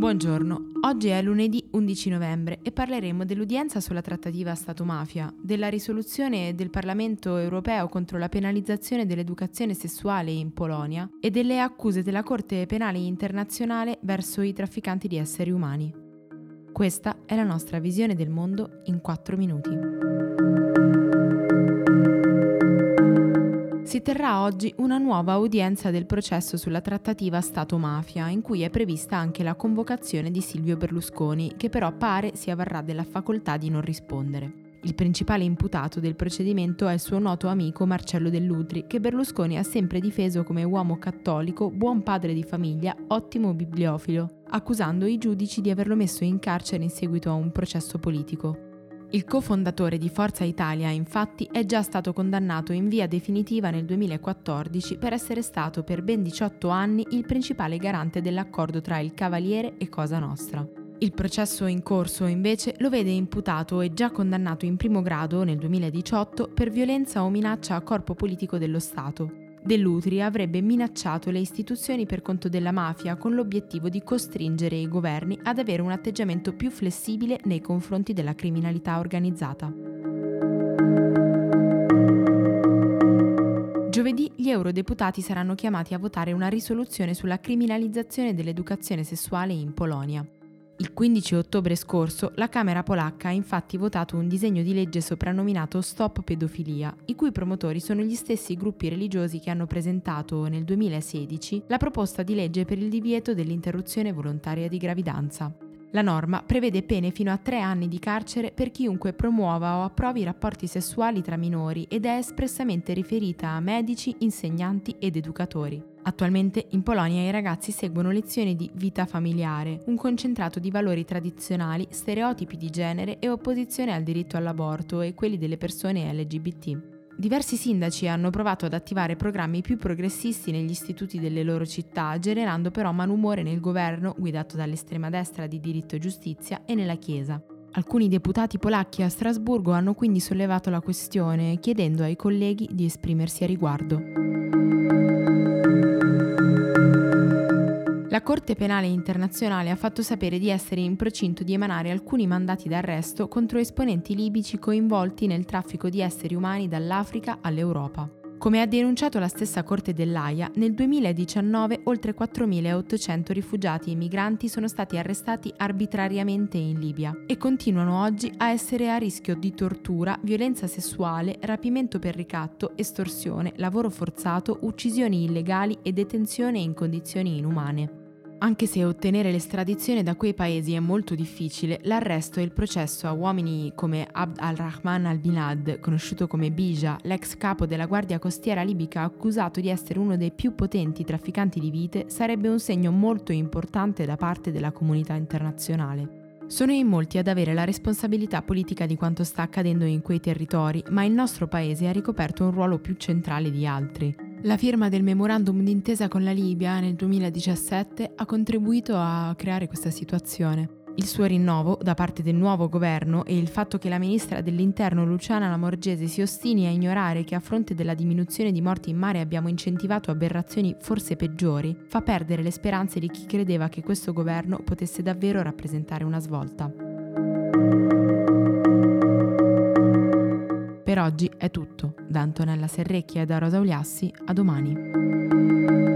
Buongiorno, oggi è lunedì 11 novembre e parleremo dell'udienza sulla trattativa Stato-mafia, della risoluzione del Parlamento europeo contro la penalizzazione dell'educazione sessuale in Polonia e delle accuse della Corte Penale Internazionale verso i trafficanti di esseri umani. Questa è la nostra visione del mondo in 4 minuti. Si terrà oggi una nuova udienza del processo sulla trattativa Stato-mafia, in cui è prevista anche la convocazione di Silvio Berlusconi, che però pare si avvarrà della facoltà di non rispondere. Il principale imputato del procedimento è il suo noto amico Marcello Dell'Utri, che Berlusconi ha sempre difeso come uomo cattolico, buon padre di famiglia, ottimo bibliofilo, accusando i giudici di averlo messo in carcere in seguito a un processo politico. Il cofondatore di Forza Italia, infatti, è già stato condannato in via definitiva nel 2014 per essere stato per ben 18 anni il principale garante dell'accordo tra il Cavaliere e Cosa Nostra. Il processo in corso, invece, lo vede imputato e già condannato in primo grado nel 2018 per violenza o minaccia a corpo politico dello Stato. Dell'Utri avrebbe minacciato le istituzioni per conto della mafia con l'obiettivo di costringere i governi ad avere un atteggiamento più flessibile nei confronti della criminalità organizzata. Giovedì gli eurodeputati saranno chiamati a votare una risoluzione sulla criminalizzazione dell'educazione sessuale in Polonia. Il 15 ottobre scorso la Camera polacca ha infatti votato un disegno di legge soprannominato Stop Pedofilia, i cui promotori sono gli stessi gruppi religiosi che hanno presentato nel 2016 la proposta di legge per il divieto dell'interruzione volontaria di gravidanza. La norma prevede pene fino a 3 anni di carcere per chiunque promuova o approvi rapporti sessuali tra minori ed è espressamente riferita a medici, insegnanti ed educatori. Attualmente in Polonia i ragazzi seguono lezioni di vita familiare, un concentrato di valori tradizionali, stereotipi di genere e opposizione al diritto all'aborto e quelli delle persone LGBT. Diversi sindaci hanno provato ad attivare programmi più progressisti negli istituti delle loro città, generando però malumore nel governo guidato dall'estrema destra di Diritto e Giustizia e nella Chiesa. Alcuni deputati polacchi a Strasburgo hanno quindi sollevato la questione, chiedendo ai colleghi di esprimersi a riguardo. La Corte Penale Internazionale ha fatto sapere di essere in procinto di emanare alcuni mandati d'arresto contro esponenti libici coinvolti nel traffico di esseri umani dall'Africa all'Europa. Come ha denunciato la stessa Corte dell'Aia, nel 2019 oltre 4.800 rifugiati e migranti sono stati arrestati arbitrariamente in Libia e continuano oggi a essere a rischio di tortura, violenza sessuale, rapimento per ricatto, estorsione, lavoro forzato, uccisioni illegali e detenzione in condizioni inumane. Anche se ottenere l'estradizione da quei paesi è molto difficile, l'arresto e il processo a uomini come Abd al-Rahman al-Bilad, conosciuto come Bija, l'ex capo della Guardia Costiera libica accusato di essere uno dei più potenti trafficanti di vite, sarebbe un segno molto importante da parte della comunità internazionale. Sono in molti ad avere la responsabilità politica di quanto sta accadendo in quei territori, ma il nostro paese ha ricoperto un ruolo più centrale di altri. La firma del memorandum d'intesa con la Libia nel 2017 ha contribuito a creare questa situazione. Il suo rinnovo da parte del nuovo governo e il fatto che la ministra dell'Interno Luciana Lamorgese si ostini a ignorare che a fronte della diminuzione di morti in mare abbiamo incentivato aberrazioni forse peggiori, fa perdere le speranze di chi credeva che questo governo potesse davvero rappresentare una svolta. Per oggi è tutto. Da Antonella Serrecchia e da Rosa Uliassi, a domani.